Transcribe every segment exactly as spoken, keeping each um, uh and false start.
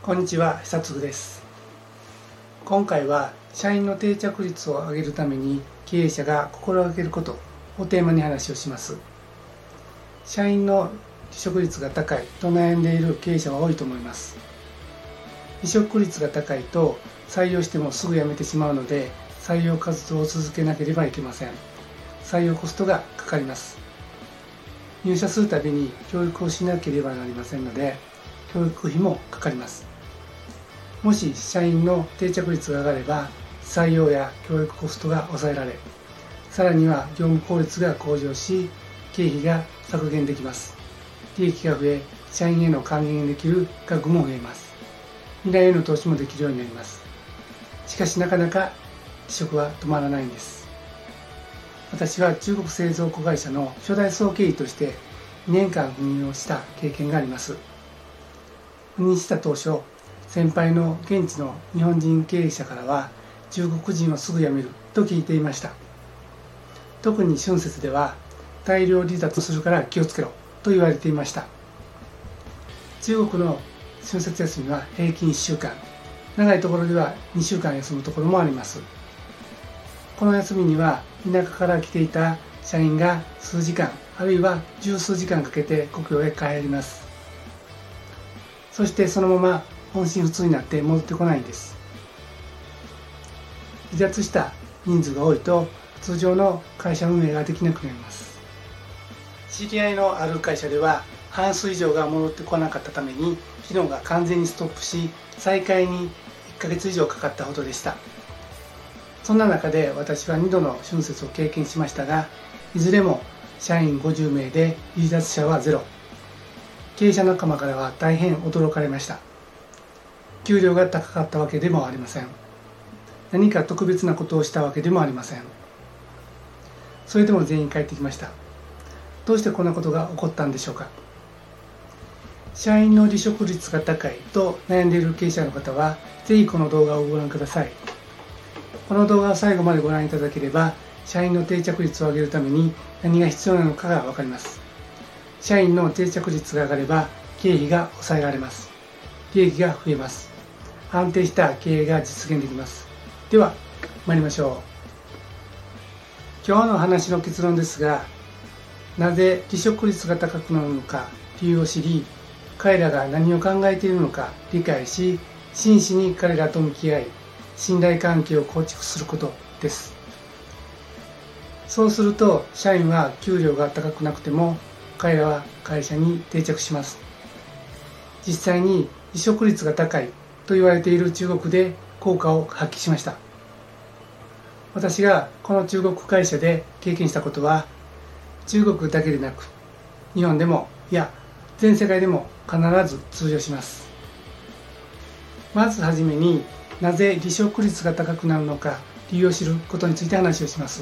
こんにちは、久嗣です。今回は社員の定着率を上げるために経営者が心がけることをテーマに話をします。社員の離職率が高いと悩んでいる経営者は多いと思います。離職率が高いと採用してもすぐ辞めてしまうので、採用活動を続けなければいけません。採用コストがかかります。入社するたびに教育をしなければなりませんので、教育費もかかります。もし社員の定着率が上がれば、採用や教育コストが抑えられ、さらには業務効率が向上し、経費が削減できます。利益が増え、社員への還元できる額も増えます。未来への投資もできるようになります。しかしなかなか離職は止まらないんです。私は中国製造子会社の初代総経理としてにねんかん赴任をした経験があります。赴任した当初、先輩の現地の日本人経営者からは、中国人はすぐ辞めると聞いていました。特に春節では大量離脱するから気をつけろと言われていました。中国の春節休みは平均いっしゅうかん、長いところではにしゅうかん休むところもあります。この休みには田舎から来ていた社員が数時間あるいは十数時間かけて故郷へ帰ります。そしてそのまま音信不通になって戻ってこないんです。離脱した人数が多いと通常の会社運営ができなくなります。知り合いのある会社では半数以上が戻ってこなかったために機能が完全にストップし、再開にいっかげつ以上かかったほどでした。そんな中で私はにどの春節を経験しましたが、いずれも社員ごじゅうめいで離脱者はゼロ。経営者仲間からは大変驚かれました。給料が高かったわけでもありません。何か特別なことをしたわけでもありません。それでも全員帰ってきました。どうしてこんなことが起こったんでしょうか。社員の離職率が高いと悩んでいる経営者の方は、ぜひこの動画をご覧ください。この動画を最後までご覧いただければ、社員の定着率を上げるために何が必要なのかがわかります。社員の定着率が上がれば、経費が抑えられます。利益が増えます。安定した経営が実現できます。では、参りましょう。今日の話の結論ですが、なぜ離職率が高くなるのか理由を知り、彼らが何を考えているのか理解し、真摯に彼らと向き合い、信頼関係を構築することです。そうすると、社員は給料が高くなくても、彼らは会社に定着します。実際に離職率が高いと言われている中国で効果を発揮しました。私がこの中国会社で経験したことは、中国だけでなく日本でも、いや全世界でも必ず通用します。まずはじめに、なぜ離職率が高くなるのか理由を知ることについて話をします。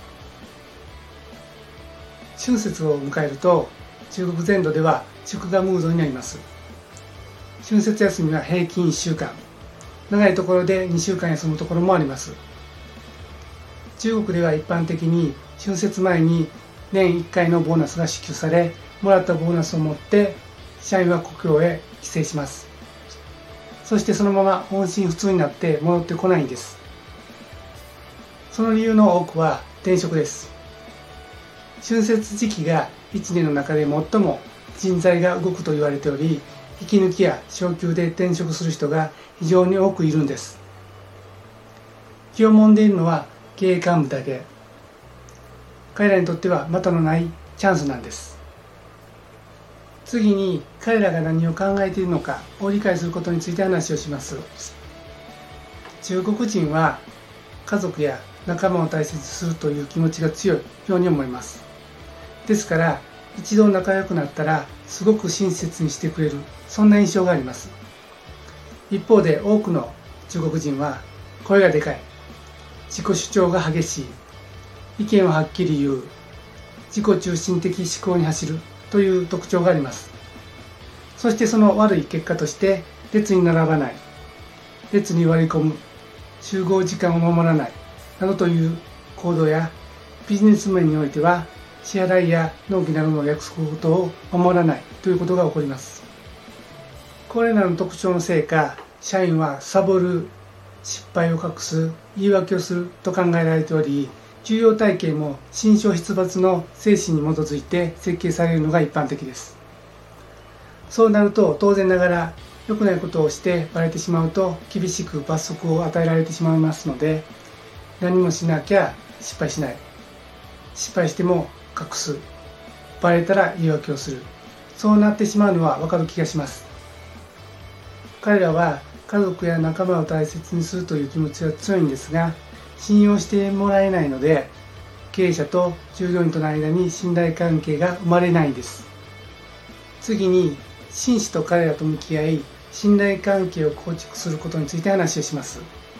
春節を迎えると中国全土では祝賀ムードになります。春節休みは平均いっしゅうかん、長いところでにしゅうかん休むところもあります。中国では一般的に春節前に年いっかいのボーナスが支給され、もらったボーナスを持って社員は故郷へ帰省します。そしてそのまま音信不通になって戻ってこないんです。その理由の多くは転職です。春節時期がいちねんの中で最も人材が動くと言われており、引き抜きや昇給で転職する人が非常に多くいるんです。気をもんでいるのは経営幹部だけ。彼らにとってはまたのないチャンスなんです。次に、彼らが何を考えているのかを理解することについて話をします。中国人は家族や仲間を大切にするという気持ちが強いように思います。ですから、一度仲良くなったらすごく親切にしてくれる、そんな印象があります。一方で多くの中国人は声がでかい、自己主張が激しい、意見をはっきり言う、自己中心的思考に走るという特徴があります。そしてその悪い結果として、列に並ばない、列に割り込む、集合時間を守らないなどという行動や、ビジネス面においては支払いや納期などの約束事を守らないということが起こります。 これらの特徴のせいか、社員はサボる、失敗を隠す、言い訳をすると考えられており、給与体系も心象出発の精神に基づいて設計されるのが一般的です。そうなると当然ながら良くないことをしてバレてしまうと厳しく罰則を与えられてしまいますので、何もしなきゃ失敗しない、失敗しても隠す、バレたら言い訳をする、そうなってしまうのは分かる気がします。彼らは家族や仲間を大切にするという気持ちは強いんですが、信用してもらえないので経営者と従業員との間に信頼関係が生まれないんです。次に真摯と彼らと向き合い信頼関係を構築することについて話をします。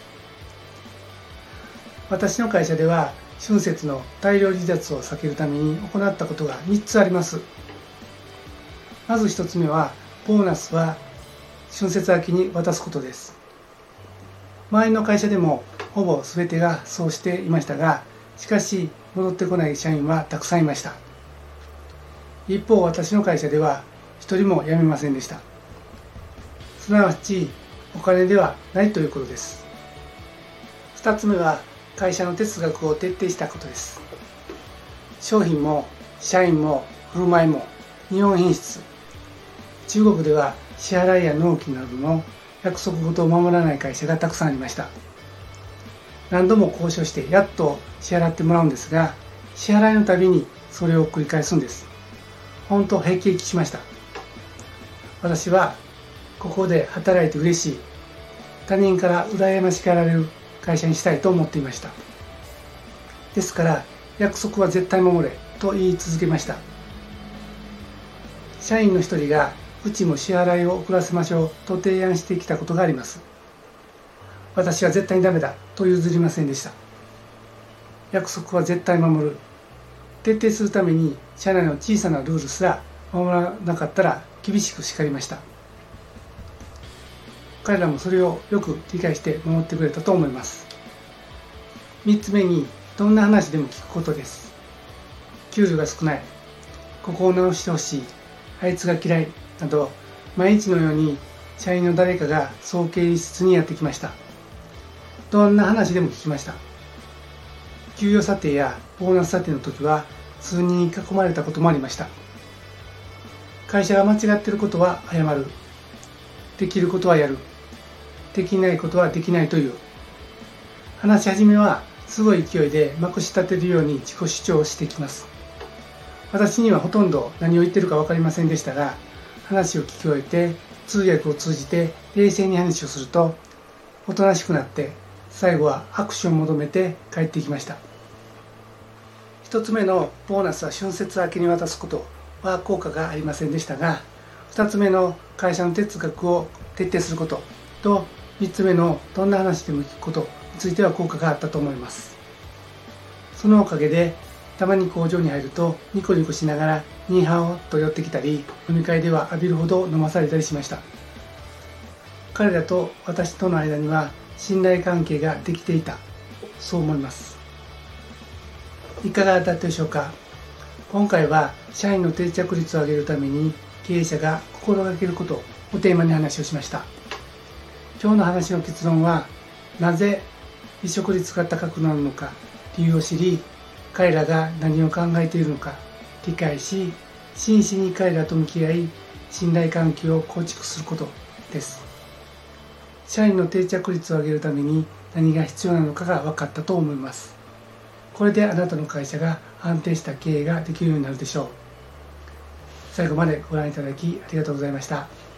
私の会社では春節の大量離脱を避けるために行ったことがみっつあります。まずひとつめはボーナスは春節明けに渡すことです。前の会社でもほぼ全てがそうしていましたが、しかし戻ってこない社員はたくさんいました。一方、私の会社では一人も辞めませんでした。すなわちお金ではないということです。二つ目は会社の哲学を徹底したことです。商品も社員も振る舞いも日本品質。中国では支払いや納期などの約束事を守らない会社がたくさんありました。何度も交渉してやっと支払ってもらうんですが、支払いのたびにそれを繰り返すんです。本当辟易しました。私はここで働いて嬉しい、他人から羨ましがられる会社にしたいと思っていました。ですから約束は絶対守れと言い続けました。社員の一人がうちも支払いを遅らせましょうと提案してきたことがあります。私は絶対にダメだと譲りませんでした。約束は絶対守る。徹底するために社内の小さなルールすら守らなかったら厳しく叱りました。彼らもそれをよく理解して守ってくれたと思います。みっつめにどんな話でも聞くことです。給料が少ない、ここを直してほしい、あいつが嫌いなど毎日のように社員の誰かが総経理室にやってきました。どんな話でも聞きました。給与査定やボーナス査定の時は数人に囲まれたこともありました。会社が間違っていることは謝る、できることはやる、できないことはできないという。話し始めはすごい勢いでまくし立てるように自己主張をしてきます。私にはほとんど何を言ってるか分かりませんでしたが、話を聞き終えて通訳を通じて冷静に話をするとおとなしくなって、最後はアクションを求めて帰ってきました。一つ目のボーナスは春節明けに渡すことは効果がありませんでしたが、二つ目の会社の哲学を徹底することと三つ目のどんな話でも聞くことについては効果があったと思います。そのおかげでたまに工場に入るとニコニコしながらニーハオと寄ってきたり、飲み会では浴びるほど飲まされたりしました。彼らと私との間には信頼関係ができていた、そう思います。いかがだったでしょうか。今回は社員の定着率を上げるために経営者が心がけることをテーマに話をしました。今日の話の結論は、なぜ離職率が高くなるのか理由を知り、彼らが何を考えているのか理解し、真摯に彼らと向き合い信頼関係を構築することです。社員の定着率を上げるために何が必要なのかが分かったと思います。これであなたの会社が安定した経営ができるようになるでしょう。最後までご覧いただきありがとうございました。